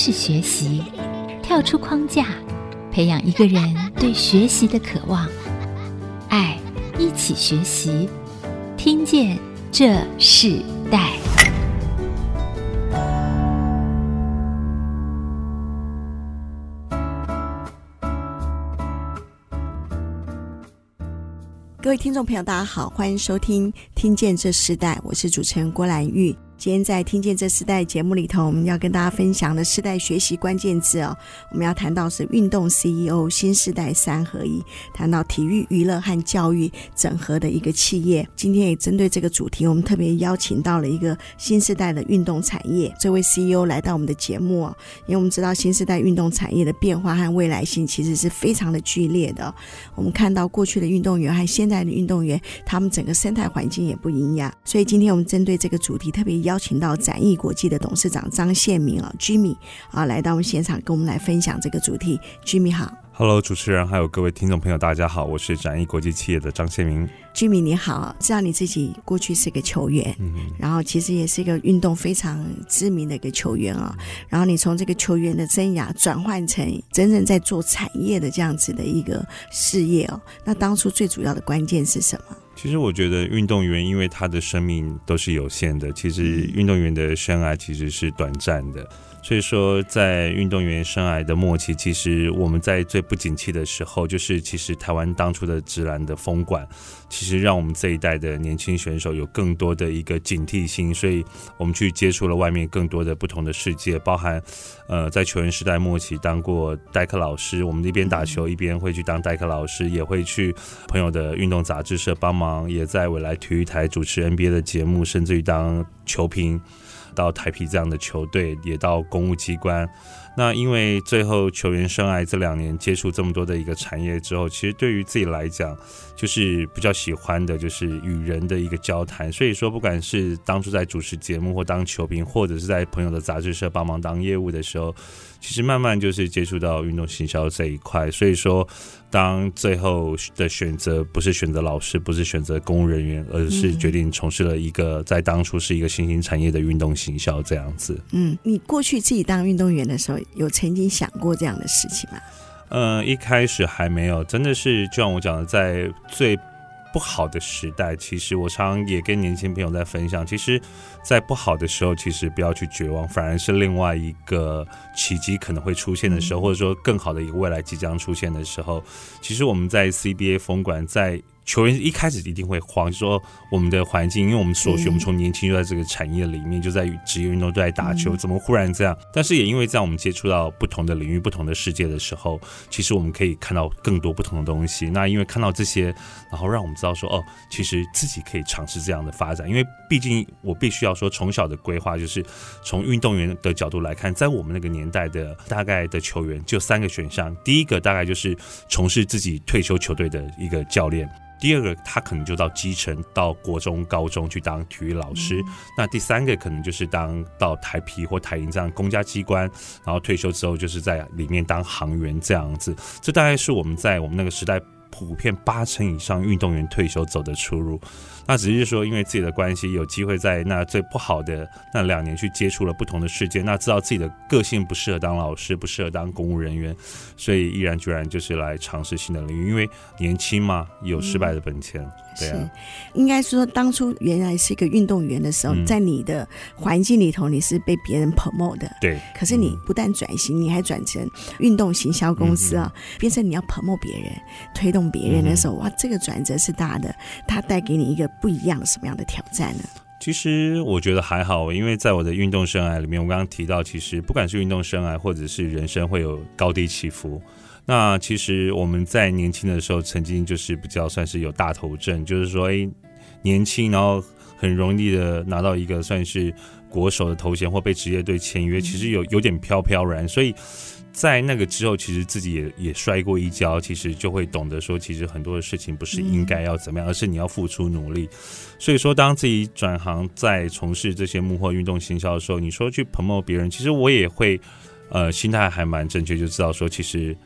是学习，跳出框架，培养一个人对学习的渴望。爱，一起学习，听见这世代。 各位听众朋友大家好，欢迎收听听见这世代，我是主持人郭兰玉。今天在听见这世代节目里头，我们要跟大家分享的世代学习关键字我们要谈到是运动 CEO 新世代3合一，谈到体育娱乐和教育整合的一个企业。今天也针对这个主题，我们特别邀请到了一个新世代的运动产业，这位 CEO 来到我们的节目因为我们知道新世代运动产业的变化和未来性其实是非常的剧烈的我们看到过去的运动员和现在的运动员，他们整个生态环境也不一样，所以今天我们针对这个主题特别邀请到展翼国际的董事长张宪民Jimmy 来到我们现场跟我们来分享这个主题。 Jimmy 好。 Hello 主持人还有各位听众朋友大家好，我是展翼国际企业的张宪民。 Jimmy 你好，知道你自己过去是个球员然后其实也是一个运动非常知名的一个球员然后你从这个球员的生涯转换成真正在做产业的这样子的一个事业那当初最主要的关键是什么？ 其实我觉得运动员因为他的生命都是有限的，其实运动员的生涯其实是短暂的，所以说在运动员生涯的末期，其实我们在最不景气的时候，就是其实台湾当初的职篮的封管，其实让我们这一代的年轻选手有更多的一个警惕心，所以我们去接触了外面更多的不同的世界，包含在球员时代末期当过代课老师，我们一边打球一边会去当代课老师，也会去朋友的运动杂志社帮忙，也在未来体育台主持 NBA 的节目，甚至于当球评，到台啤这样的球队，也到公务机关。那因为最后球员生涯这2年接触这么多的一个产业之后，其实对于自己来讲就是比较喜欢的就是与人的一个交谈，所以说不管是当初在主持节目或当球评，或者是在朋友的杂志社帮忙当业务的时候，其实慢慢就是接触到运动行销这一块，所以说当最后的选择不是选择老师，不是选择公务人员，而是决定从事了一个在当初是一个新兴产业的运动行销这样子。 你过去自己当运动员的时候有曾经想过这样的事情吗？ 一开始还没有，真的是就像我讲的，在最不好的时代，其实我常常也跟年轻朋友在分享，其实在不好的时候其实不要去绝望，反而是另外一个奇迹可能会出现的时候，或者说更好的一个未来即将出现的时候，其实我们在 CBA 封管，在球员一开始一定会慌，就说我们的环境，因为我们所学，我们从年轻就在这个产业里面，就在职业运动都在打球，怎么忽然这样？但是也因为这样，我们接触到不同的领域、不同的世界的时候，其实我们可以看到更多不同的东西。那因为看到这些，然后让我们知道说，其实自己可以尝试这样的发展。因为毕竟我必须要说，从小的规划就是从运动员的角度来看，在我们那个年代的大概的球员就3个选项，第一个大概就是从事自己退休球队的一个教练。第2个他可能就到基层，到国中高中去当体育老师，那第3个可能就是到台啤或台银这样公家机关，然后退休之后就是在里面当行员这样子。这大概是我们在我们那个时代普遍80%以上运动员退休走的出路。那只是说因为自己的关系，有机会在那最不好的那2年去接触了不同的世界，那知道自己的个性不适合当老师，不适合当公务人员，所以毅然决然就是来尝试新的领域，因为年轻嘛，有失败的本钱。对啊， 是应该说当初原来是一个运动员的时候，在你的环境里头你是被别人 promote 的， 对。 可是你不但转型，你还转成运动行销公司变成你要 promote 别人，推动别人的时候，哇，这个转折是大的，它带给你一个不一样的什么样的挑战呢？ 其实我觉得还好，因为在我的运动生涯里面，我刚刚提到，其实不管是运动生涯或者是人生，会有高低起伏。那其实我们在年轻的时候，曾经就是比较算是有大头症，就是说，年轻，然后很容易的拿到一个算是国手的头衔，或被职业队签约，其实有点飘飘然，所以在那个之后，其实自己也摔过一跤，其实就会懂得说，其实很多的事情不是应该要怎么样，而是你要付出努力。所以说，当自己转行在从事这些幕后运动行销的时候，你说去 promote 别人，其实我也会心态还蛮正确，就知道说，其实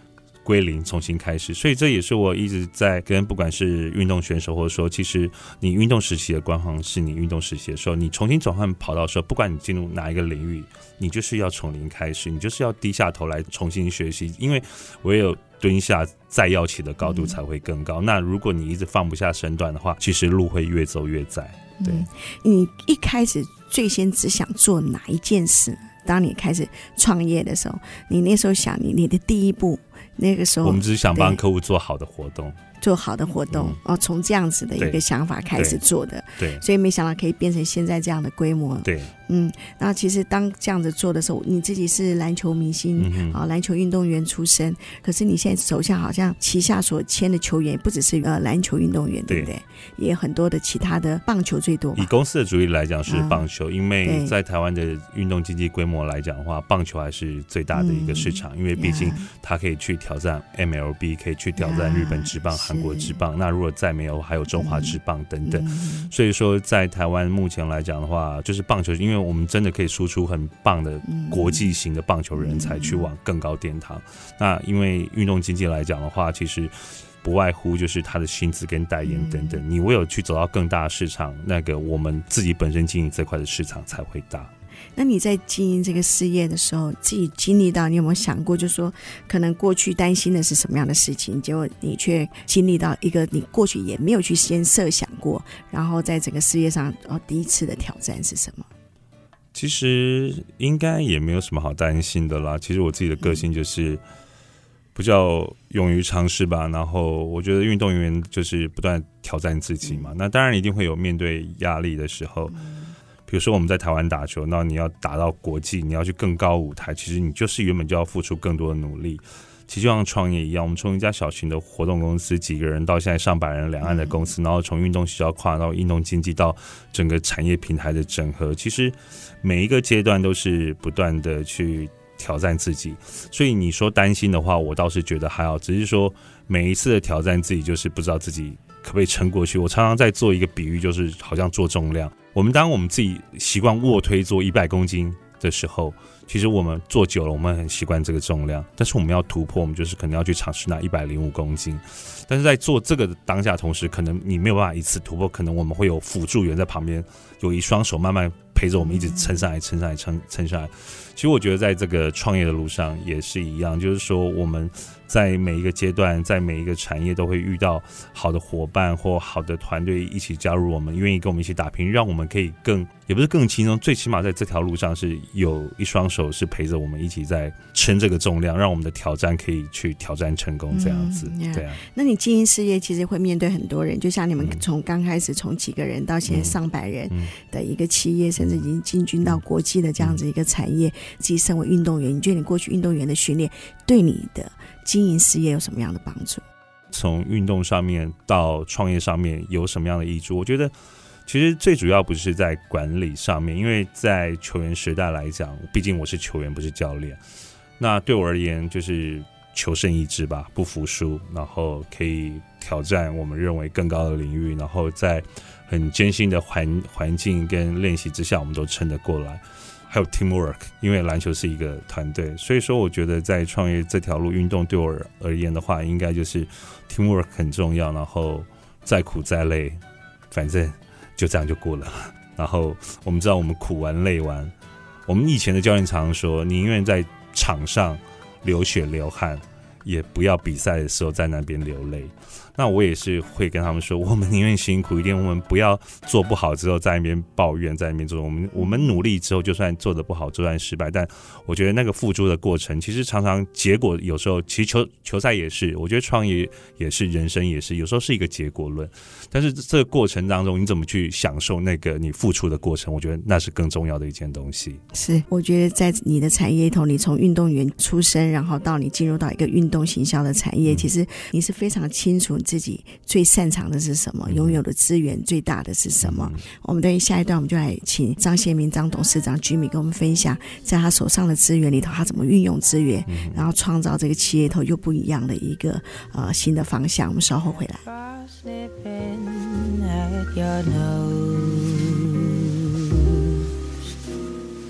归零重新开始。所以这也是我一直在跟不管是运动选手或者说其实你运动时期的光环是你运动时期的时候，你重新转换跑道的时候，不管你进入哪一个领域，你就是要从零开始，你就是要低下头来重新学习，因为唯有蹲下再要起的高度才会更高。那如果你一直放不下身段的话，其实路会越走越窄。对， 你一开始最先只想做哪一件事呢？当你开始创业的时候，你那时候想你的第一步，那个时候我们只是想帮客户做好的活动， 做好的活动，从这样子的一个想法开始做的， 对， 所以没想到可以变成现在这样的规模， 对， 那其实当这样子做的时候，你自己是篮球明星，篮球运动员出身，可是你现在手下好像旗下所签的球员也不只是篮球运动员，对不对？也有很多的其他的，棒球最多吧。 以公司的主力来讲是棒球，因为在台湾的运动经济规模来讲的话，棒球还是最大的一个市场，因为毕竟它可以去挑战 MLB， 可以去挑战日本职棒、韩国职棒，那如果再没有还有中华职棒等等，所以说在台湾目前来讲的话，就是棒球，因为我们真的可以输出很棒的国际型的棒球人才去往更高殿堂。那因为运动经济来讲的话，其实不外乎就是他的薪资跟代言等等，你唯有去走到更大的市场，那个我们自己本身经营这块的市场才会大。 那你在经营这个事业的时候，自己经历到，你有没有想过，就是说可能过去担心的是什么样的事情，结果你却经历到一个你过去也没有去先设想过，然后在整个事业上第一次的挑战是什么？ 其实应该也没有什么好担心的啦。其实我自己的个性就是比较勇于尝试吧，然后我觉得运动员就是不断挑战自己嘛，那当然一定会有面对压力的时候，比如说我们在台湾打球，那你要打到国际，你要去更高舞台，其实你就是原本就要付出更多的努力。其实就像创业一样，我们从一家小型的活动公司几个人到现在上百人两岸的公司，然后从运动行销跨到运动经济到整个产业平台的整合，其实每一个阶段都是不断的去挑战自己。所以你说担心的话，我倒是觉得还好，只是说每一次的挑战自己就是不知道自己可不可以撑过去。我常常在做一个比喻，就是好像做重量，当我们自己习惯卧推做100公斤的时候，其实我们做久了，我们很习惯这个重量，但是我们要突破，我们就是可能要去尝试那105公斤。但是在做这个当下同时，可能你没有办法一次突破，可能我们会有辅助员在旁边，有一双手慢慢陪着我们一直撑上来。其实我觉得在这个创业的路上也是一样，就是说我们在每一个阶段，在每一个产业都会遇到好的伙伴或好的团队一起加入我们，愿意跟我们一起打拼，让我们可以也不是更轻松，最起码在这条路上是有一双手是陪着我们一起在撑这个重量，让我们的挑战可以去挑战成功这样子。对啊。 那你经营事业其实会面对很多人，就像你们从刚开始从几个人到现在上百人的一个企业，甚至已经进军到国际的这样子一个产业，自己身为运动员，你觉得你过去运动员的训练对你的经营事业有什么样的帮助？ 从运动上面到创业上面有什么样的益处？我觉得其实最主要不是在管理上面，因为在球员时代来讲，毕竟我是球员不是教练，那对我而言就是求胜意志吧，不服输，然后可以挑战我们认为更高的领域，然后在很艰辛的环境跟练习之下，我们都撑得过来。还有 teamwork， 因为篮球是一个团队，所以说我觉得在创业这条路，运动对我而言的话，应该就是 teamwork 很重要，然后再苦再累，反正就这样就过了。然后我们知道我们苦完累完，我们以前的教练常常说，宁愿在场上流血流汗，也不要比赛的时候在那边流泪。那我也是会跟他们说，我们宁愿辛苦一点，我们不要做不好之后在那边抱怨，在那边做。我们努力之后，就算做得不好，就算失败，但我觉得那个付出的过程，其实常常结果有时候，其实球赛也是，我觉得创业也是，人生也是，有时候是一个结果论。但是这个过程当中，你怎么去享受那个你付出的过程？我觉得那是更重要的一件东西。 是，我觉得在你的产业里头，你从运动员出身，然后到你进入到一个运动行销的产业，其实你是非常清楚自己最擅长的是什么，拥有的资源最大的是什么。我们对下一段我们就来请张宪民张董事长 Jimmy 跟我们分享，在他手上的资源里头，他怎么运用资源，然后创造这个企业里头又不一样的一个新的方向。我们稍后回来。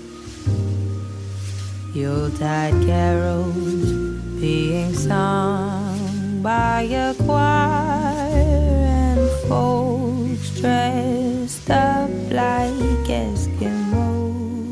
Yuletide carols being sung by a choir and folks dressed up like Eskimos.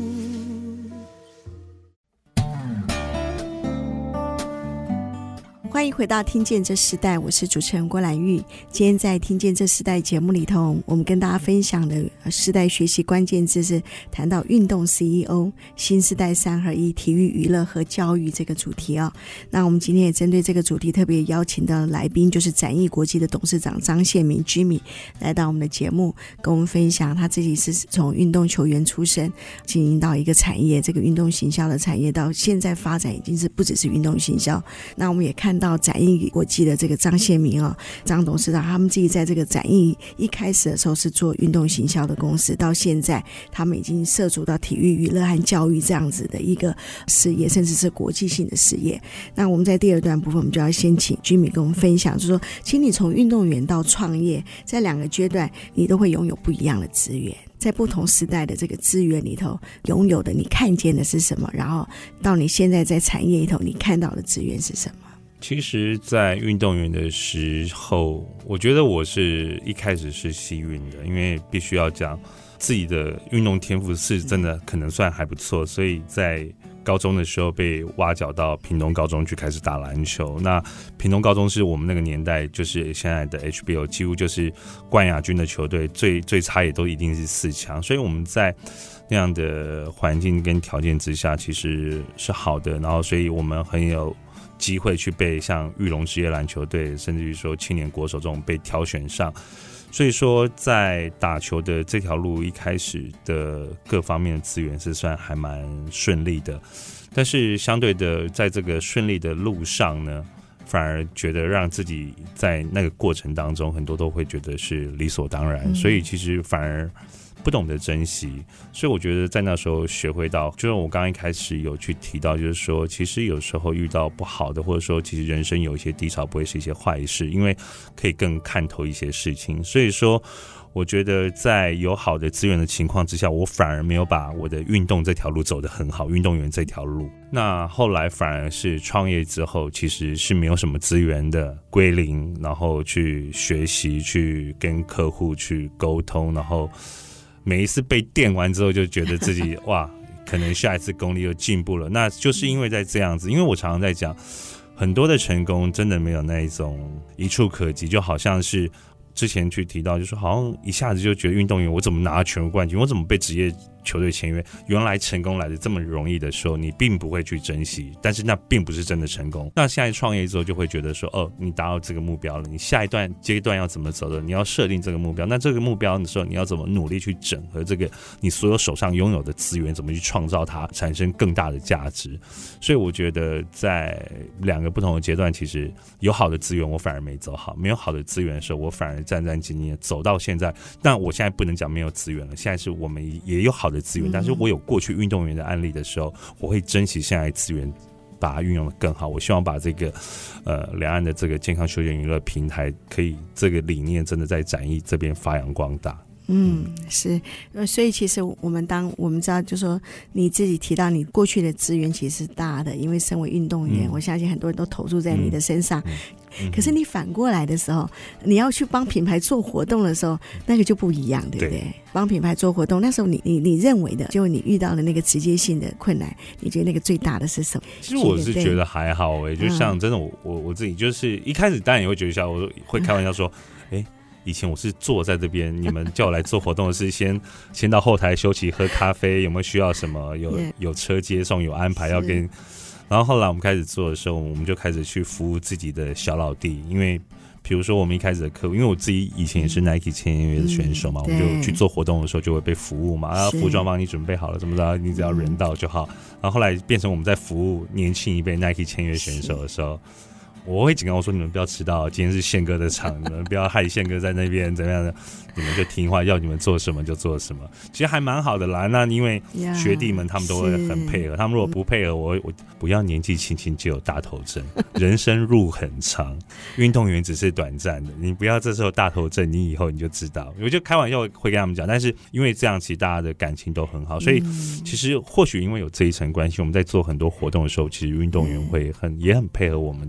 欢迎回到听见这时代，我是主持人郭兰玉。今天在听见这时代节目里头，我们跟大家分享的时代学习关键字是谈到运动 CEO 新时代3合1体育娱乐和教育这个主题哦。那我们今天也针对这个主题特别邀请到来宾，就是展翼国际的董事长张宪民 Jimmy 来到我们的节目，跟我们分享他自己是从运动球员出身经营到一个产业，这个运动行销的产业到现在发展已经是不只是运动行销。那我们也看到展翼国际的这个张宪民张董事长，他们自己在这个展翼一开始的时候是做运动行销的公司，到现在他们已经涉足到体育娱乐和教育这样子的一个事业，甚至是国际性的事业。那我们在第二段部分，我们就要先请 Jimmy 跟我们分享，就是说请你从运动员到创业，在2个阶段你都会拥有不一样的资源，在不同时代的这个资源里头拥有的你看见的是什么，然后到你现在在产业里头你看到的资源是什么。 其实在运动员的时候，我觉得我是一开始是幸运的，因为必须要讲自己的运动天赋是真的可能算还不错，所以在高中的时候被挖角到屏东高中去开始打篮球。那屏东高中是我们那个年代就是现在的 HBO 几乎就是冠亚军的球队，最差也都一定是4强，所以我们在那样的环境跟条件之下其实是好的，然后所以我们很有机会去被像裕隆职业篮球队甚至于说青年国手这种被挑选上。所以说在打球的这条路一开始的各方面的资源是算还蛮顺利的，但是相对的在这个顺利的路上呢，反而觉得让自己在那个过程当中很多都会觉得是理所当然，所以其实反而不懂得珍惜。所以我觉得在那时候学会到，就是我刚刚一开始有去提到，就是说其实有时候遇到不好的，或者说其实人生有一些低潮不会是一些坏事，因为可以更看透一些事情。所以说我觉得在有好的资源的情况之下，我反而没有把我的运动这条路走得很好，运动员这条路。那后来反而是创业之后其实是没有什么资源的，归零，然后去学习，去跟客户去沟通，然后每一次被电完之后就觉得自己哇，可能下一次功力又进步了。那就是因为在这样子，因为我常常在讲很多的成功真的没有那一种一触可及，就好像是之前去提到，就是好像一下子就觉得运动员我怎么拿全国冠军，我怎么被职业球队签约，原来成功来的这么容易的时候，你并不会去珍惜，但是那并不是真的成功。那现在创业之后就会觉得说，哦，你达到这个目标了，你下一段阶段要怎么走的，你要设定这个目标，那这个目标的时候你要怎么努力去整合这个你所有手上拥有的资源，怎么去创造它，产生更大的价值。所以我觉得在2个不同的阶段，其实有好的资源我反而没走好，没有好的资源的时候我反而战战兢兢的走到现在。但我现在不能讲没有资源了，现在是我们也有好的资源，但是我有过去运动员的案例的时候，我会珍惜现在的资源，把它运用得更好。我希望把这个两岸的这个健康休闲娱乐平台，可以这个理念真的在展翼这边发扬光大。 是，所以其实我们知道，就是说你自己提到你过去的资源其实是大的，因为身为运动员，我相信很多人都投注在你的身上。可是你反过来的时候，你要去帮品牌做活动的时候，那个就不一样，对不对？帮品牌做活动，那时候你认为的，就你遇到的那个直接性的困难，你觉得那个最大的是什么？ 其实我是觉得还好就像真的我自己就是一开始当然也会觉得我会开玩笑说，以前我是坐在这边，你们叫我来做活动的是先到后台休息喝咖啡，有没有需要什么，有车接送，有安排要跟。然后后来我们开始做的时候，我们就开始去服务自己的小老弟，因为比如说我们一开始的客户，因为我自己以前也是 Nike 签约的选手嘛，我们就去做活动的时候就会被服务嘛，服装帮你准备好了，怎么着你只要人到就好。然后后来变成我们在服务年轻一辈 Nike 签约选手的时候，我会警告我说，你们不要迟到，今天是宪哥的场，你们不要害宪哥在那边怎么样的，你们就听话，要你们做什么就做什么。其实还蛮好的啦，那因为学弟们他们都会很配合，他们如果不配合我不要年纪轻轻就有大头症，人生路很长，运动员只是短暂的，你不要这时候大头症，你以后你就知道。我就开玩笑会跟他们讲，但是因为这样其实大家的感情都很好，所以其实或许因为有这一层关系，我们在做很多活动的时候，其实运动员会也很配合我们的去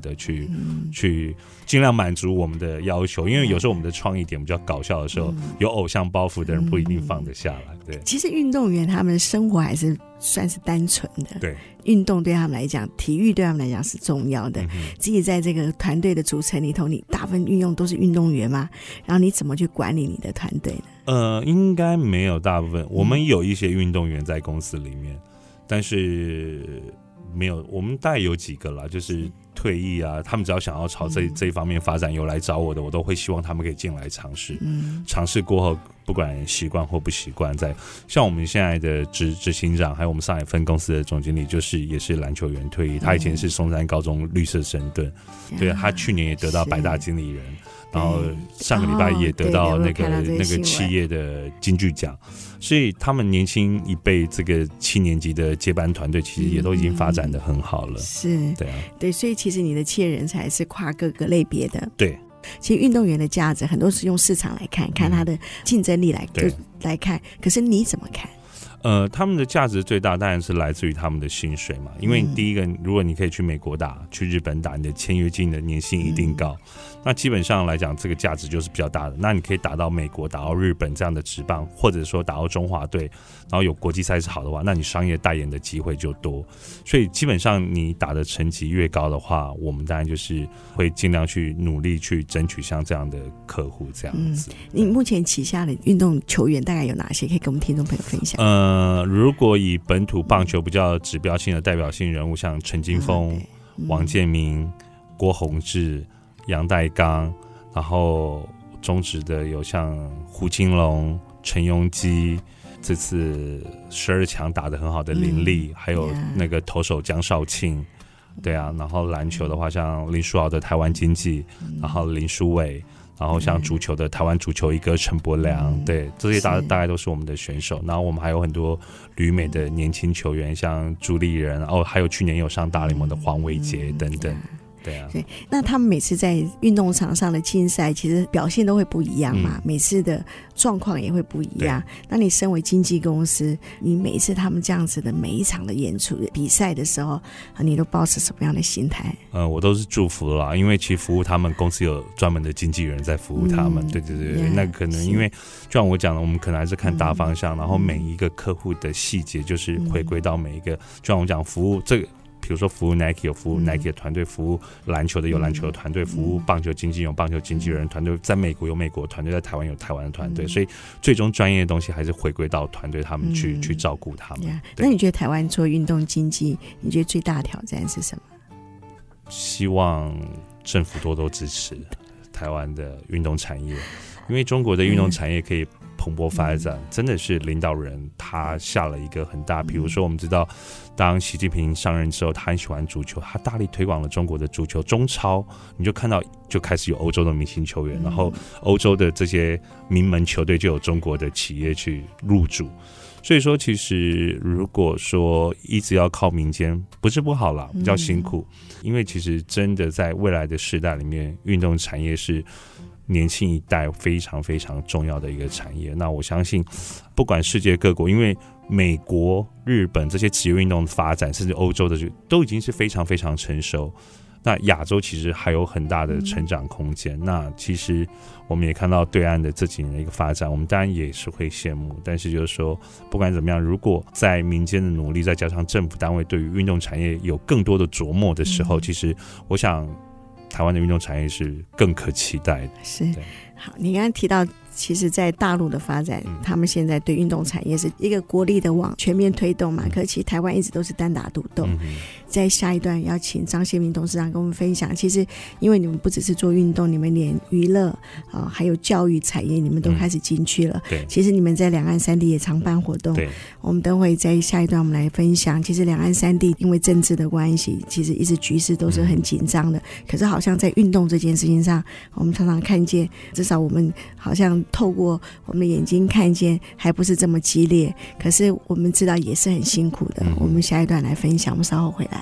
去尽量满足我们的要求，因为有时候我们的创意点比较搞笑的时候，有偶像包袱的人不一定放得下来。对， 其实运动员他们的生活还是算是单纯的， 对， 运动对他们来讲，体育对他们来讲是重要的。自己在这个团队的组成里头，你大部分运用都是运动员嘛，然后你怎么去管理你的团队呢？ 应该没有大部分，我们有一些运动员在公司里面，但是没有，我们大概有几个啦，就是退役啊，他们只要想要朝这一方面发展，有来找我的，我都会希望他们可以进来尝试。尝试过后，不管习惯或不习惯，像我们现在的执行长，还有我们上海分公司的总经理，也是篮球员退役，他以前是松山高中绿色神盾，对，他去年也得到百大经理人，然后上个礼拜也得到那个企业的金句奖，所以他们年轻一辈这个7年级的接班团队，其实也都已经发展得很好了。是，对啊，对， 所以其实你的企业人才是跨各个类别的。 对， 其实运动员的价值很多是用市场来看，看他的竞争力来看，可是你怎么看？ 他们的价值最大当然是来自于他们的薪水嘛，因为第一个，如果你可以去美国打，去日本打，你的签约金的年薪一定高，那基本上来讲这个价值就是比较大的。那你可以打到美国，打到日本这样的职棒，或者说打到中华队，然后有国际赛事好的话，那你商业代言的机会就多。所以基本上你打的成绩越高的话，我们当然就是会尽量去努力去争取像这样的客户这样子。 你目前旗下的运动球员大概有哪些可以跟我们听众朋友分享？ 如果以本土棒球比较指标性的代表性人物，像陈金锋、王建民、郭宏志、杨代刚，然后中职的有像胡金龙、陈庸基，这次12强打得很好的林立，还有那个投手江少庆，对啊，然后篮球的话像林书豪的台湾经济，然后林书伟，然后像足球的台湾足球一哥陈柏良，对，这些大概都是我们的选手。然后我们还有很多旅美的年轻球员，像朱立仁，还有去年有上大联盟的黄伟杰等等。对啊，对， 那他们每次在运动场上的竞赛，其实表现都会不一样嘛，每次的状况也会不一样。那你身为经纪公司，你每一次他们这样子的每一场的演出比赛的时候，你都抱持什么样的心态？ 我都是祝福啦，因为其实服务他们公司有专门的经纪人在服务他们。对，那可能因为就像我讲的，我们可能还是看大方向，然后每一个客户的细节就是回归到每一个，就像我讲服务这个。比如说服务 Nike 有服务 Nike 的团队，服务篮球的有篮球的团队，服务棒球经纪有棒球经纪人团队，在美国有美国团队，在台湾有台湾的团队，所以最终专业的东西还是回归到团队他们去照顾他们。 那你觉得台湾做运动经济，你觉得最大的挑战是什么？ 希望政府多多支持台湾的运动产业，因为中国的运动产业可以蓬勃发展，真的是领导人他下了一个很大，比如说我们知道当习近平上任之后，他很喜欢足球，他大力推广了中国的足球中超，你就看到就开始有欧洲的明星球员，然后欧洲的这些名门球队就有中国的企业去入主。所以说其实如果说一直要靠民间不是不好啦，比较辛苦，因为其实真的在未来的时代里面，运动产业是年轻一代非常非常重要的一个产业。那我相信不管世界各国，因为美国、日本这些职业运动的发展，甚至欧洲的都已经是非常非常成熟，那亚洲其实还有很大的成长空间。那其实我们也看到对岸的这几年的一个发展，我们当然也是会羡慕，但是就是说不管怎么样，如果在民间的努力再加上政府单位对于运动产业有更多的琢磨的时候，其实我想台湾的运动产业是更可期待的。 是，好，你刚刚提到其实在大陆的发展，他们现在对运动产业是一个国力的往全面推动嘛，可是其实台湾一直都是单打独斗。在下一段要请张宪民董事长跟我们分享，其实因为你们不只是做运动，你们连娱乐还有教育产业你们都开始进去了。其实你们在两岸三地也常办活动。我们等会在下一段我们来分享，其实两岸三地因为政治的关系，其实一直局势都是很紧张的，可是好像在运动这件事情上，我们常常看见，至少我们好像透过我们的眼睛看见还不是这么激烈，可是我们知道也是很辛苦的。我们下一段来分享，我们稍后回来。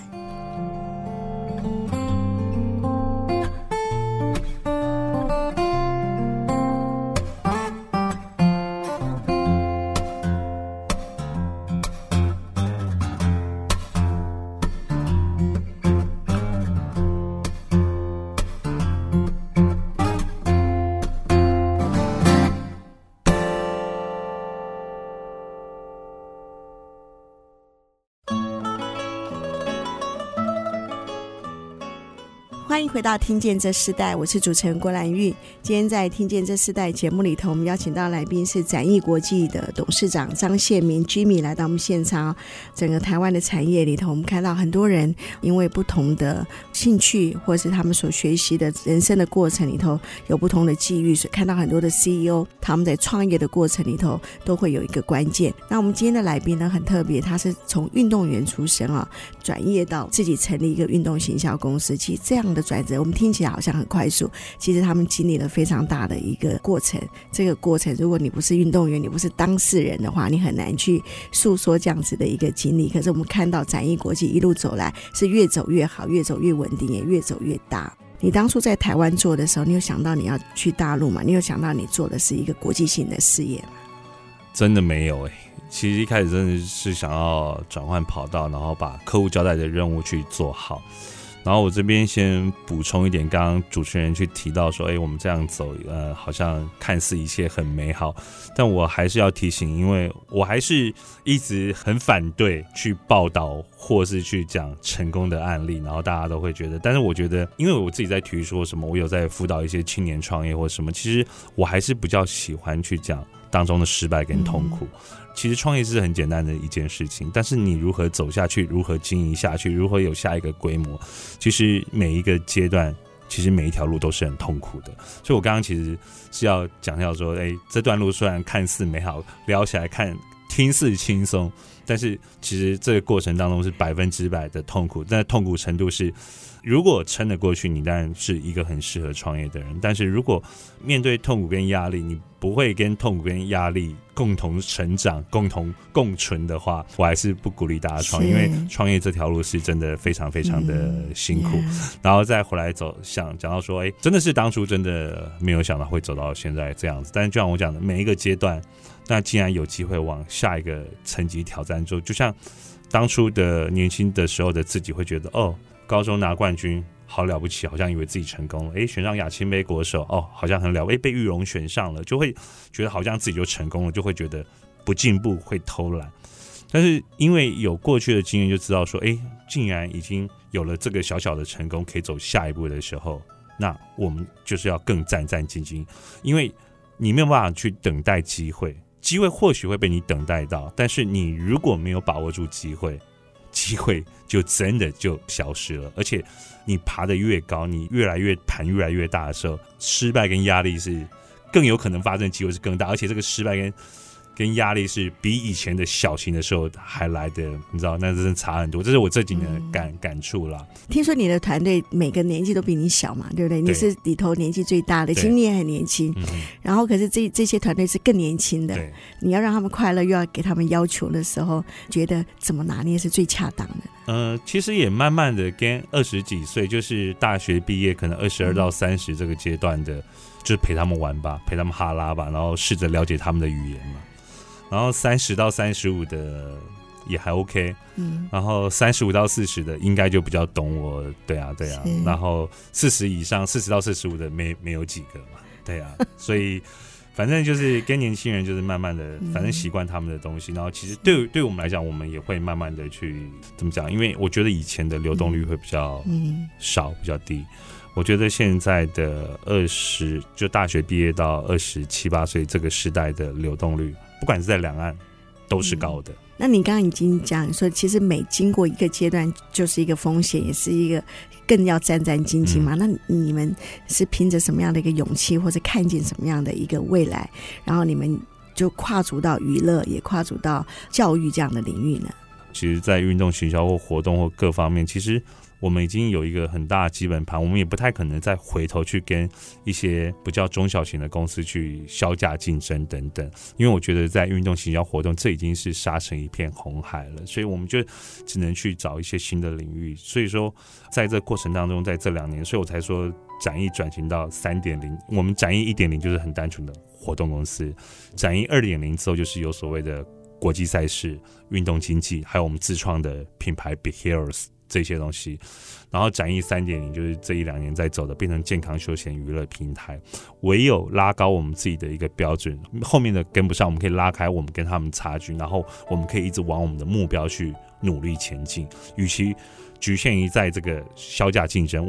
欢迎回到听见这世代，我是主持人郭兰玉。今天在听见这世代节目里头，我们邀请到来宾是展翼国际的董事长张宪民 Jimmy 来到我们现场。整个台湾的产业里头，我们看到很多人因为不同的兴趣或是他们所学习的人生的过程里头有不同的际遇，所以看到很多的 CEO 他们在创业的过程里头都会有一个关键。那我们今天的来宾呢很特别，他是从运动员出身转业到自己成立一个运动行销公司。其实这样的转折我们听起来好像很快速，其实他们经历了非常大的一个过程。这个过程如果你不是运动员，你不是当事人的话，你很难去诉说这样子的一个经历。可是我们看到展翼国际一路走来是越走越好，越走越稳定，也越走越大。你当初在台湾做的时候，你有想到你要去大陆吗？你有想到你做的是一个国际性的事业吗？ 真的没有其实一开始真的是想要转换跑道，然后把客户交代的任务去做好。然后我这边先补充一点，刚刚主持人去提到说我们这样走好像看似一切很美好，但我还是要提醒，因为我还是一直很反对去报道或是去讲成功的案例，然后大家都会觉得，但是我觉得因为我自己在提说什么，我有在辅导一些青年创业或什么，其实我还是比较喜欢去讲当中的失败跟痛苦。其实创业是很简单的一件事情，但是你如何走下去，如何经营下去，如何有下一个规模，其实每一个阶段，其实每一条路都是很痛苦的。所以我刚刚其实是要讲到说这段路虽然看似美好，聊起来听似轻松，但是其实这个过程当中是100%的痛苦。但痛苦程度是，如果撑得过去，你当然是一个很适合创业的人。但是如果面对痛苦跟压力，你不会跟痛苦跟压力共同成长、共存的话，我还是不鼓励大家创业，因为创业这条路是真的非常非常的辛苦。然后再回来讲到说，真的是当初真的没有想到会走到现在这样子。但是就像我讲的，每一个阶段，那既然有机会往下一个层级挑战之后，就像当初的年轻的时候的自己会觉得，高中拿冠军好了不起，好像以为自己成功了，选上亚青杯国手，好像很了不起，被玉龙选上了，就会觉得好像自己就成功了，就会觉得不进步会偷懒。但是因为有过去的经验，就知道说竟然已经有了这个小小的成功可以走下一步的时候，那我们就是要更战战兢兢，因为你没有办法去等待机会或许会被你等待到，但是你如果没有把握住机会就真的就消失了。而且你爬得越高，你越来越盘越来越大的时候，失败跟压力是更有可能发生的机会是更大，而且这个失败跟压力是比以前的小型的时候还来的，你知道，那真的差很多。这是我这几年的感触啦。 听说你的团队每个年纪都比你小嘛，对不对？你是里头年纪最大的，其实你也很年轻。然后可是这些团队是更年轻的，你要让他们快乐，又要给他们要求的时候，觉得怎么拿捏是最恰当的？ 其实也慢慢的跟20几岁，就是大学毕业，可能22到30这个阶段的，就是陪他们玩吧，陪他们哈拉吧，然后试着了解他们的语言嘛。然后30到35的也还 OK，然后35到40的应该就比较懂我，对啊，然后40以上40到45的没有几个嘛，对啊，所以反正就是跟年轻人就是慢慢的，反正习惯他们的东西，然后其实对我们来讲，我们也会慢慢的去怎么讲，因为我觉得以前的流动率会比较少，比较低。我觉得现在的就大学毕业到27、8岁这个时代的流动率，不管是在两岸都是高的。 那你刚刚已经讲说，其实每经过一个阶段就是一个风险，也是一个更要战战兢兢嘛。那你们是凭着什么样的一个勇气，或者看见什么样的一个未来，然后你们就跨足到娱乐，也跨足到教育这样的领域呢？ 其实在运动行销或活动或各方面，其实我们已经有一个很大的基本盘，我们也不太可能再回头去跟一些比较中小型的公司去销价竞争等等，因为我觉得在运动行销活动这已经是杀成一片红海了，所以我们就只能去找一些新的领域。所以说在这过程当中，在这2年，所以我才说展翼转型到 3.0， 我们展翼 1.0 就是很单纯的活动公司，展翼 2.0 之后就是有所谓的国际赛事、运动经济，还有我们自创的品牌 Big Heroes这些东西。然后展翼 3.0 就是这1-2年在走的，变成健康休闲娱乐平台。唯有拉高我们自己的一个标准，后面的跟不上，我们可以拉开我们跟他们差距，然后我们可以一直往我们的目标去努力前进。与其局限于在这个销价竞争，我们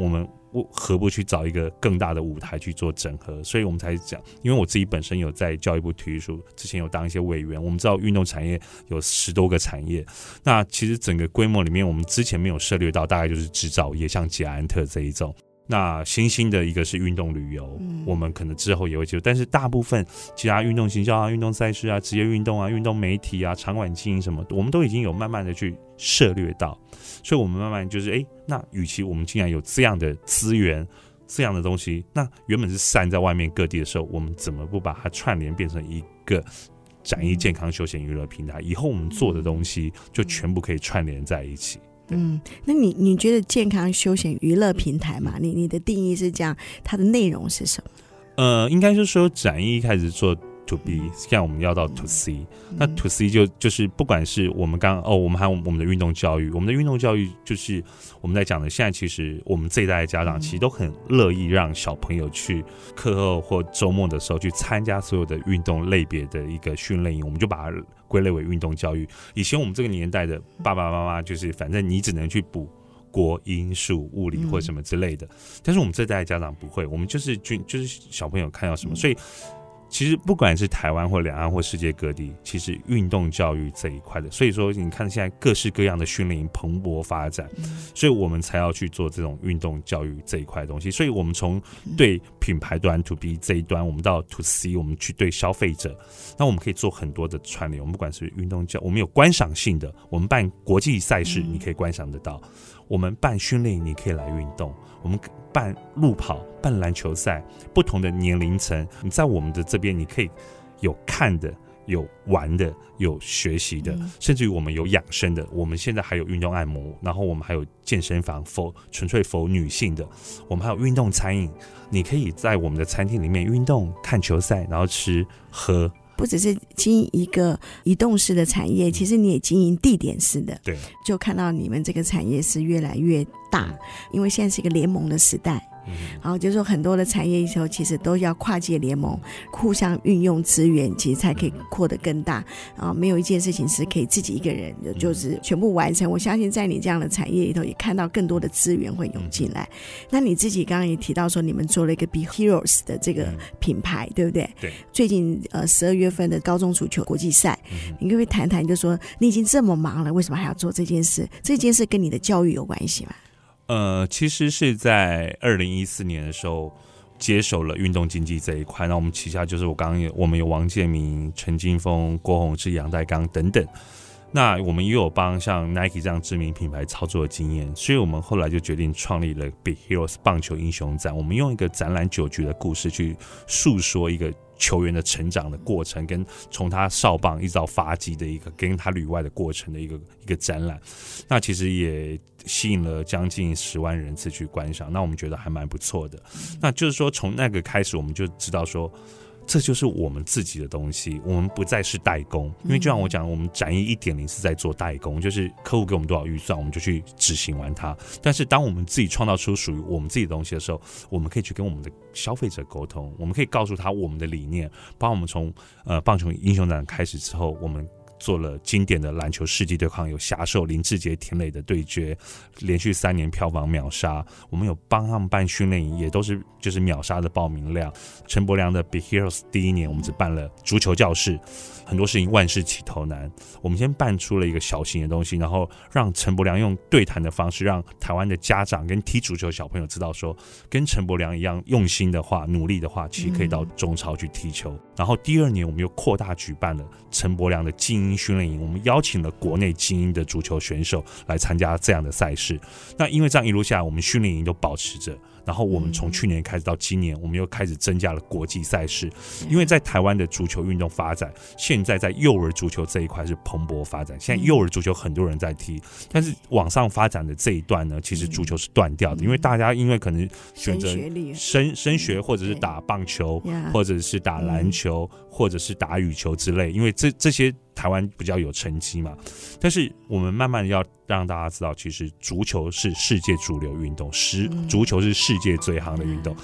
何不去找一个更大的舞台去做整合？所以我们才讲，因为我自己本身有在教育部体育署之前有当一些委员，我们知道运动产业有10多个产业，那其实整个规模里面，我们之前没有涉猎到，大概就是制造业，像捷安特这一种。那新兴的一个是运动旅游，我们可能之后也会接触，但是大部分其他运动行销啊、运动赛事啊、职业运动啊、运动媒体啊、场馆经营什么，我们都已经有慢慢的去涉猎到，所以我们慢慢就是那与其我们竟然有这样的资源、这样的东西，那原本是散在外面各地的时候，我们怎么不把它串联变成一个展翼健康休闲娱乐平台？以后我们做的东西就全部可以串联在一起。 那你觉得健康休闲娱乐平台嘛？你的定义是这样，它的内容是什么？ 应该是说展翼一开始做 to B， 现在我们要到 to C。那 to C 就是不管是我们我们还有我们的运动教育，我们的运动教育就是我们在讲的，现在其实我们这一代的家长其实都很乐意让小朋友去课后或周末的时候去参加所有的运动类别的一个训练营，我们就把它归类为运动教育。以前我们这个年代的爸爸妈妈就是反正你只能去补国英数物理或什么之类的，但是我们这代的家长不会，我们就是小朋友看到什么，所以其实不管是台湾或两岸或世界各地，其实运动教育这一块的，所以说你看现在各式各样的训练营蓬勃发展，所以我们才要去做这种运动教育这一块的东西。所以我们从对品牌端 to B 这一端，我们到 to C， 我们去对消费者，那我们可以做很多的串联。我们不管是运动教，我们有观赏性的，我们办国际赛事你可以观赏得到，我们办训练营你可以来运动，我们办路跑、办篮球赛，不同的年龄层，你在我们的这边你可以有看的、有玩的、有学习的，甚至于我们有养生的，我们现在还有运动按摩，然后我们还有健身房纯粹否女性的，我们还有运动餐饮，你可以在我们的餐厅里面运动、看球赛，然后吃喝。 不只是经营一个移动式的产业，其实你也经营地点式的。 对， 就看到你们这个产业是越来越大，因为现在是一个联盟的时代。然后就是说很多的产业以后其实都要跨界联盟，互相运用资源，其实才可以扩得更大。然后没有一件事情是可以自己一个人就是全部完成。我相信在你这样的产业里头，也看到更多的资源会涌进来。那你自己刚刚也提到说，你们做了一个 Be Heroes 的这个品牌，对不对？ 对。最近12月份的高中足球国际赛，你可不可以谈谈，就说你已经这么忙了，为什么还要做这件事？这件事跟你的教育有关系吗？ 其实是在2014年的时候接手了运动经济这一块，那我们旗下就是我们有王建民、陈金峰、郭宏志、杨代刚等等，那我们也有帮像 Nike 这样知名品牌操作的经验，所以我们后来就决定创立了 Be Heroes 棒球英雄展，我们用一个展览9局的故事去诉说一个球员的成长的过程，跟从他少棒一直到发迹的一个跟他旅外的过程的一个展览，那其实也吸引了将近10万人次去观赏，那我们觉得还蛮不错的。那就是说从那个开始我们就知道说这就是我们自己的东西，我们不再是代工，因为就像我讲，我们展翼 1.0 是在做代工，就是客户给我们多少预算我们就去执行完它，但是当我们自己创造出属于我们自己的东西的时候，我们可以去跟我们的消费者沟通，我们可以告诉他我们的理念，包括我们从棒球英雄展开始之后，我们做了经典的篮球世纪对抗，有侠兽林志杰、田磊的对决，连续3年票房秒杀。我们有帮他们办训练营，也都是就是秒杀的报名量。陈柏良的 Be Heroes 第1年，我们只办了足球教室，很多事情万事起头难。我们先办出了一个小型的东西，然后让陈柏良用对谈的方式，让台湾的家长跟踢足球的小朋友知道说，跟陈柏良一样用心的话、努力的话，其实可以到中超去踢球。然后第2年，我们又扩大举办了陈柏良的精英训练营，我们邀请了国内精英的足球选手来参加这样的赛事。那因为这样一路下来，我们训练营都保持着，然后我们从去年开始到今年，我们又开始增加了国际赛事。因为在台湾的足球运动发展，现在在幼儿足球这一块是蓬勃发展，现在幼儿足球很多人在踢，但是往上发展的这一段呢，其实足球是断掉的，因为大家因为可能选择升学，或者是打棒球，或者是打篮球，或者是打羽球之类，因为这些台湾比较有成绩嘛。但是我们慢慢要让大家知道，其实足球是世界主流运动，足球是世界最夯的运动。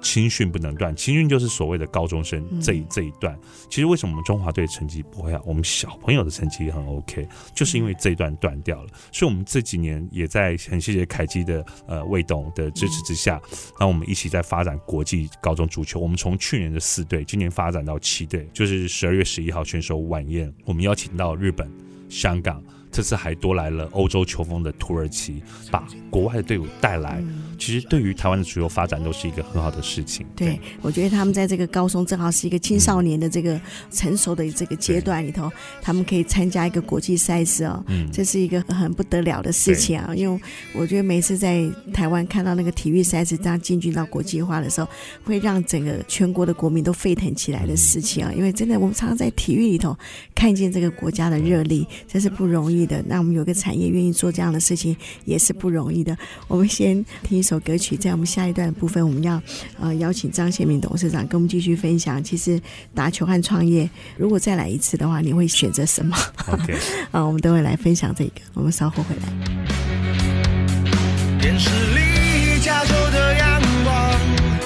青训不能断，青训就是所谓的高中生这一段。其实为什么我们中华队成绩不会好，我们小朋友的成绩很 OK， 就是因为这一段断掉了。所以我们这几年也在很谢谢凯基的魏董的支持之下，让我们一起在发展国际高中足球。我们从去年的4队，今年发展到7队，就是12月11号选手晚宴，我们邀请到日本、香港，这次还多来了欧洲球风的土耳其，把国外的队伍带来。其实对于台湾的足球发展都是一个很好的事情。 对，我觉得他们在这个高中正好是一个青少年的这个成熟的这个阶段里头，他们可以参加一个国际赛事哦，这是一个很不得了的事情啊。因为我觉得每次在台湾看到那个体育赛事这样进军到国际化的时候，会让整个全国的国民都沸腾起来的事情啊。因为真的我们常常在体育里头看见这个国家的热力，这是不容易的。那我们有个产业愿意做这样的事情也是不容易的。我们先听一首歌曲，在我们下一段的部分我们要邀请张宪民董事长跟我们继续分享，其实打球和创业如果再来一次的话，你会选择什么？ OK 我们都会来分享这个，我们稍后回来。 电视里加州的阳光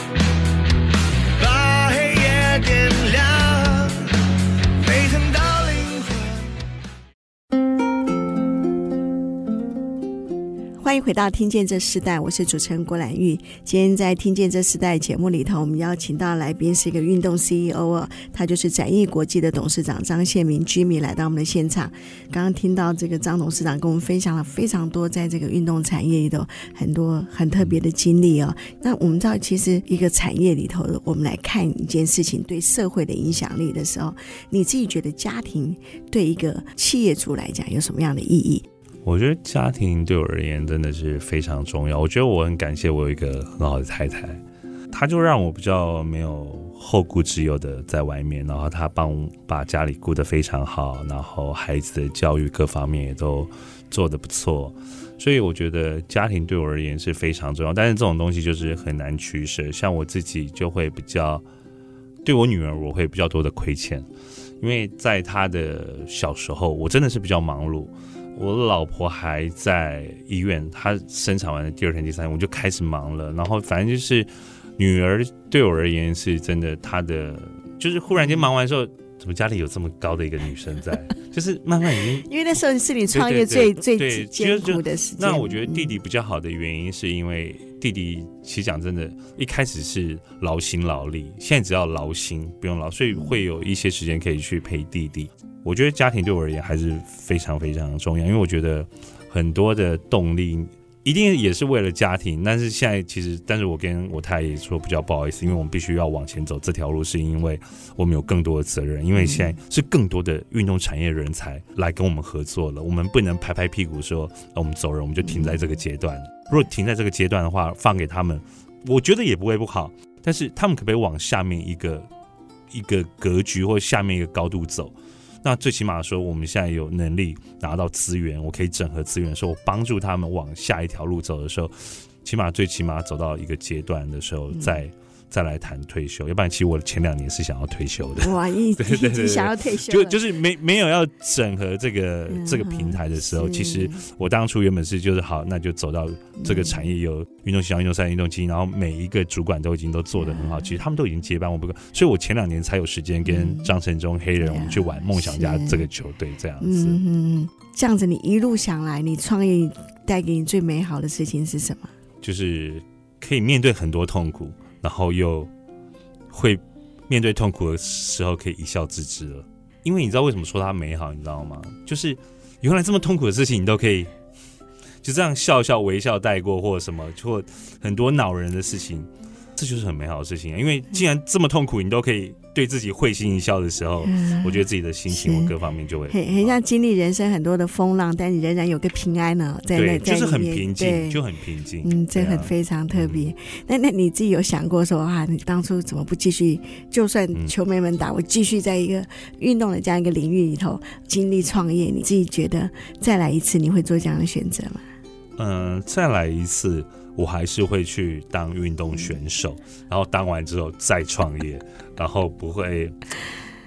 把黑夜点亮，沸腾到灵魂。 欢迎回到听见这时代，我是主持人郭兰玉。今天在听见这时代节目里头，我们邀请到来宾是一个运动 CEO 他就是展翼国际的董事长张宪民 Jimmy 来到我们的现场。刚刚听到这个张董事长跟我们分享了非常多在这个运动产业里头很多很特别的经历哦。那我们知道其实一个产业里头我们来看一件事情对社会的影响力的时候，你自己觉得家庭对一个企业主来讲有什么样的意义？ 我觉得家庭对我而言真的是非常重要。我觉得我很感谢我有一个很好的太太，她就让我比较没有后顾之忧的在外面，然后她把家里顾得非常好，然后孩子的教育各方面也都做得不错。所以我觉得家庭对我而言是非常重要，但是这种东西就是很难取舍。像我自己就会比较对我女儿我会比较多的亏欠，因为在她的小时候我真的是比较忙碌，我老婆还在医院，她生产完的第2天第3天我就开始忙了，然后反正就是女儿对我而言是真的，她的就是忽然间忙完之后，怎么家里有这么高的一个女生在，就是慢慢已经因为那时候是你创业最艰苦的时间。 那我觉得弟弟比较好的原因是因为弟弟其实讲真的一开始是劳心劳力，现在只要劳心不用劳，所以会有一些时间可以去陪弟弟。我觉得家庭对我而言还是非常非常重要，因为我觉得很多的动力一定也是为了家庭，但是现在但是我跟我太太也说比较不好意思，因为我们必须要往前走这条路，是因为我们有更多的责任，因为现在是更多的运动产业人才来跟我们合作了，我们不能拍拍屁股说我们走人，我们就停在这个阶段。如果停在这个阶段的话，放给他们，我觉得也不会不好，但是他们可不可以往下面一个格局或下面一个高度走？那最起码说我们现在有能力拿到资源，我可以整合资源的时候，我帮助他们往下一条路走的时候，最起码走到一个阶段的时候再来谈退休，要不然其实我前2年是想要退休的。 哇，一直想要退休了， 就是没有要整合这个平台的时候，其实我当初原本是就是好，那就走到这个产业有运动行销、运动赛、运动经济，然后每一个主管都做得很好，其实他们都已经接班我不够，所以我前2年才有时间跟张成忠黑人我们去玩梦想家这个球队这样子。 这样子你一路想来，你创业带给你最美好的事情是什么？ 就是可以面对很多痛苦，然后又会面对痛苦的时候可以一笑置之了。因为你知道为什么说它美好，你知道吗？就是原来这么痛苦的事情你都可以就这样笑笑微笑带过，或者什么或很多恼人的事情，这就是很美好的事情。因为既然这么痛苦你都可以对自己会心一笑的时候，我觉得自己的心情或各方面就会很像经历人生很多的风浪，但你仍然有个平安呢， 对，就是很平静，就很平静。 这很非常特别。那你自己有想过说你当初怎么不继续，就算球没门打，我继续在一个运动的这样一个领域里头经历创业，你自己觉得再来一次你会做这样的选择吗？ 再来一次我还是会去当运动选手，然后当完之后再创业，然后不会，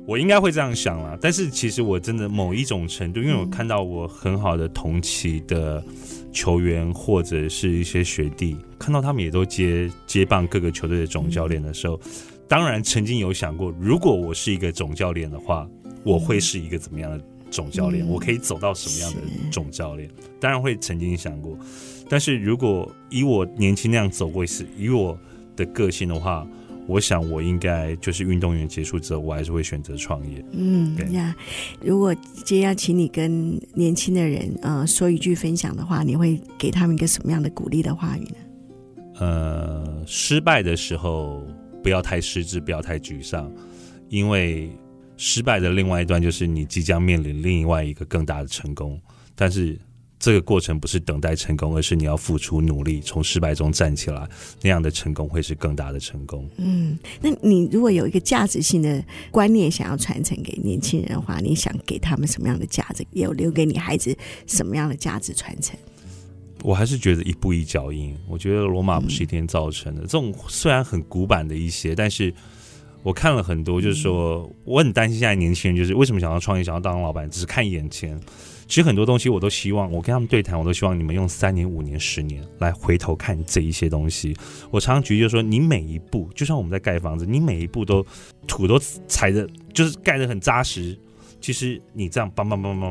我应该会这样想啦。但是其实我真的某一种程度，因为我看到我很好的同期的球员或者是一些学弟，看到他们也都接棒各个球队的总教练的时候，当然曾经有想过，如果我是一个总教练的话，我会是一个怎么样的总教练，我可以走到什么样的总教练，当然会曾经想过。但是如果以我年轻那样走过一次，以我的个性的话，我想我应该就是运动员结束之后，我还是会选择创业。 如果今天要请你跟年轻的人说一句分享的话，你会给他们一个什么样的鼓励的话语呢？ 失败的时候不要太失志，不要太沮丧，因为失败的另外一端就是你即将面临另外一个更大的成功，但是这个过程不是等待成功，而是你要付出努力，从失败中站起来，那样的成功会是更大的成功。 那你如果有一个价值性的观念想要传承给年轻人的话，你想给他们什么样的价值？也有留给你孩子什么样的价值传承？ 我还是觉得一步一脚印，我觉得罗马不是一天造成的。这种虽然很古板的一些，但是我看了很多，就是说我很担心现在年轻人就是为什么想要创业，想要当老板，只是看眼前。其实很多东西我都希望，我跟他们对谈，我都希望你们用3年、5年、10年来回头看这一些东西。我常常举例就是说，你每一步，就像我们在盖房子，你每一步都土都踩的，就是盖得很扎实。其实你这样棒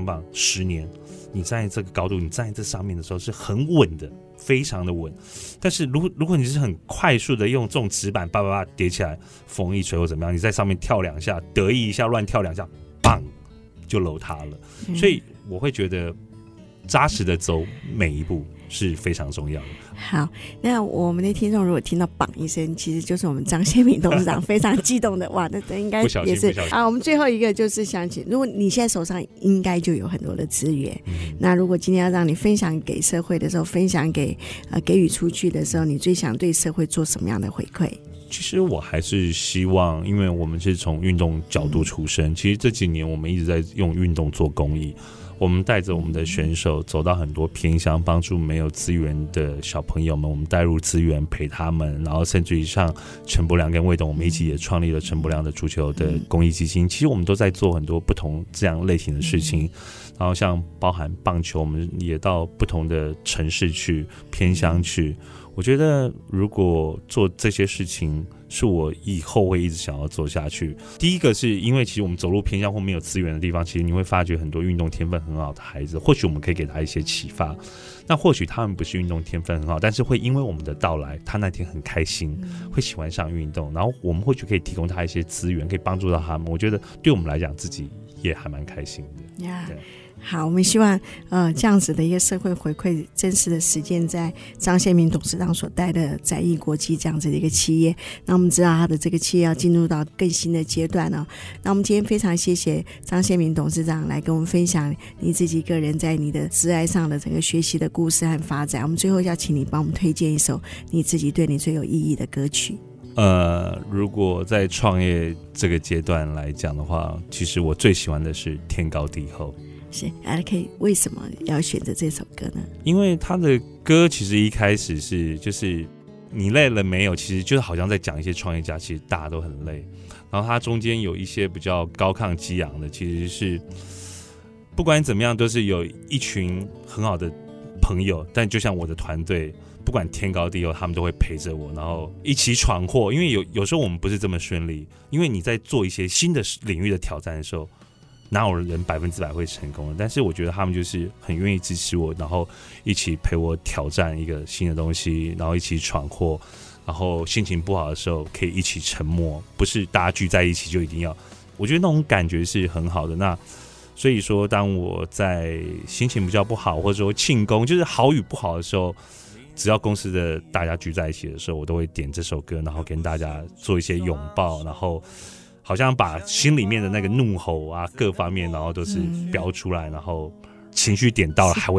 10年，你站在这个高度，你站在这上面的时候是很稳的，非常的稳。但是如果你是很快速的用这种纸板叠起来，风一吹或怎么样，你在上面跳2下，得意一下，乱跳2下，棒就楼塌了。所以我会觉得扎实的走每一步是非常重要的。 好，那我们的听众如果听到绑一声，其实就是我们张宪民董事长非常激动的哇，那应该也是啊。我们最后一个就是想起，如果你现在手上应该就有很多的资源，那如果今天要让你分享给社会的时候，分享给予出去的时候，你最想对社会做什么样的回馈？ 其实我还是希望，因为我们是从运动角度出身，其实这几年我们一直在用运动做公益。我们带着我们的选手走到很多偏乡，帮助没有资源的小朋友们，我们带入资源陪他们，然后甚至于像陈柏良跟魏董，我们一起也创立了陈柏良的足球的公益基金。其实我们都在做很多不同这样类型的事情，然后像包含棒球，我们也到不同的城市去、偏乡去。我觉得如果做这些事情是我以后会一直想要做下去。第一个是因为其实我们走入偏乡或没有资源的地方，其实你会发觉很多运动天分很好的孩子，或许我们可以给他一些启发。那或许他们不是运动天分很好，但是会因为我们的到来，他那天很开心，会喜欢上运动，然后我们或许可以提供他一些资源，可以帮助到他们。我觉得对我们来讲，自己也还蛮开心的。对。 好，我们希望这样子的一个社会回馈真实的实践在张宪民董事长所带的载艺国际这样子的一个企业。那我们知道他的这个企业要进入到更新的阶段了。那我们今天非常谢谢张宪民董事长来跟我们分享你自己个人在你的职涯上的整个学习的故事和发展。我们最后要请你帮我们推荐一首你自己对你最有意义的歌曲。 如果在创业这个阶段来讲的话，其实我最喜欢的是天高地厚。 是，可以为什么要选择这首歌呢？ 因为他的歌其实一开始是就是你累了没有，其实就是好像在讲一些创业家其实大家都很累，然后他中间有一些比较高亢激昂的，其实是不管怎么样都是有一群很好的朋友，但就像我的团队不管天高地厚，他们都会陪着我，然后一起闯祸。因为有时候我们不是这么顺利，因为你在做一些新的领域的挑战的时候，哪有人100%会成功的？但是我觉得他们就是很愿意支持我，然后一起陪我挑战一个新的东西，然后一起闯祸，然后心情不好的时候可以一起沉默，不是大家聚在一起就一定要。我觉得那种感觉是很好的。那所以说，当我在心情比较不好，或者说庆功，就是好与不好的时候，只要公司的大家聚在一起的时候，我都会点这首歌，然后跟大家做一些拥抱，然后好像把心里面的那个怒吼啊各方面，然后都是标出来，然后情绪点到了还会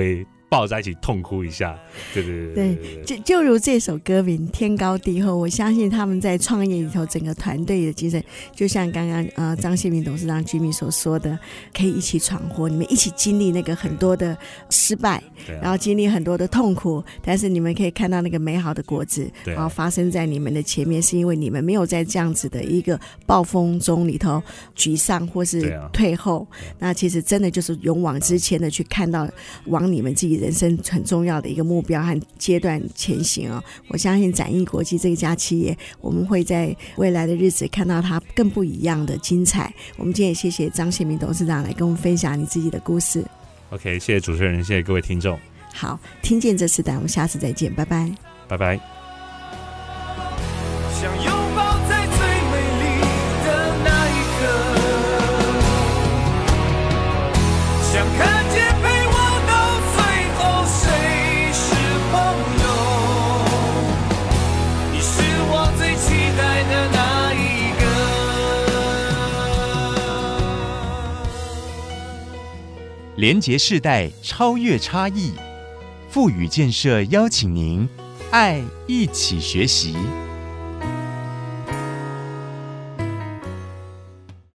抱在一起痛哭一下。对对对对对， 就如这首歌名《天高地厚》，我相信他们在创业里头整个团队的精神，就像刚刚张谢明董事长 Jimmy 所说的，可以一起闯祸，你们一起经历那个很多的失败，然后经历很多的痛苦，但是你们可以看到那个美好的果子，然后发生在你们的前面，是因为你们没有在这样子的一个暴风中里头沮丧或是退后，那其实真的就是勇往直前的去看到往你们自己人生很重要的一个目标和阶段前行哦。我相信展翼国际这家企业，我们会在未来的日子看到它更不一样的精彩。我们今天也谢谢张谢明董事长来跟我们分享你自己的故事。 OK， 谢谢主持人，谢谢各位听众。 好，听见这时代，我们下次再见，拜拜， 拜拜。 想拥抱在最美丽的那一刻，想看见陪我到最后谁是朋友，你是我最期待的那一个。 连结世代，超越差异，富予建设邀请您，爱一起学习。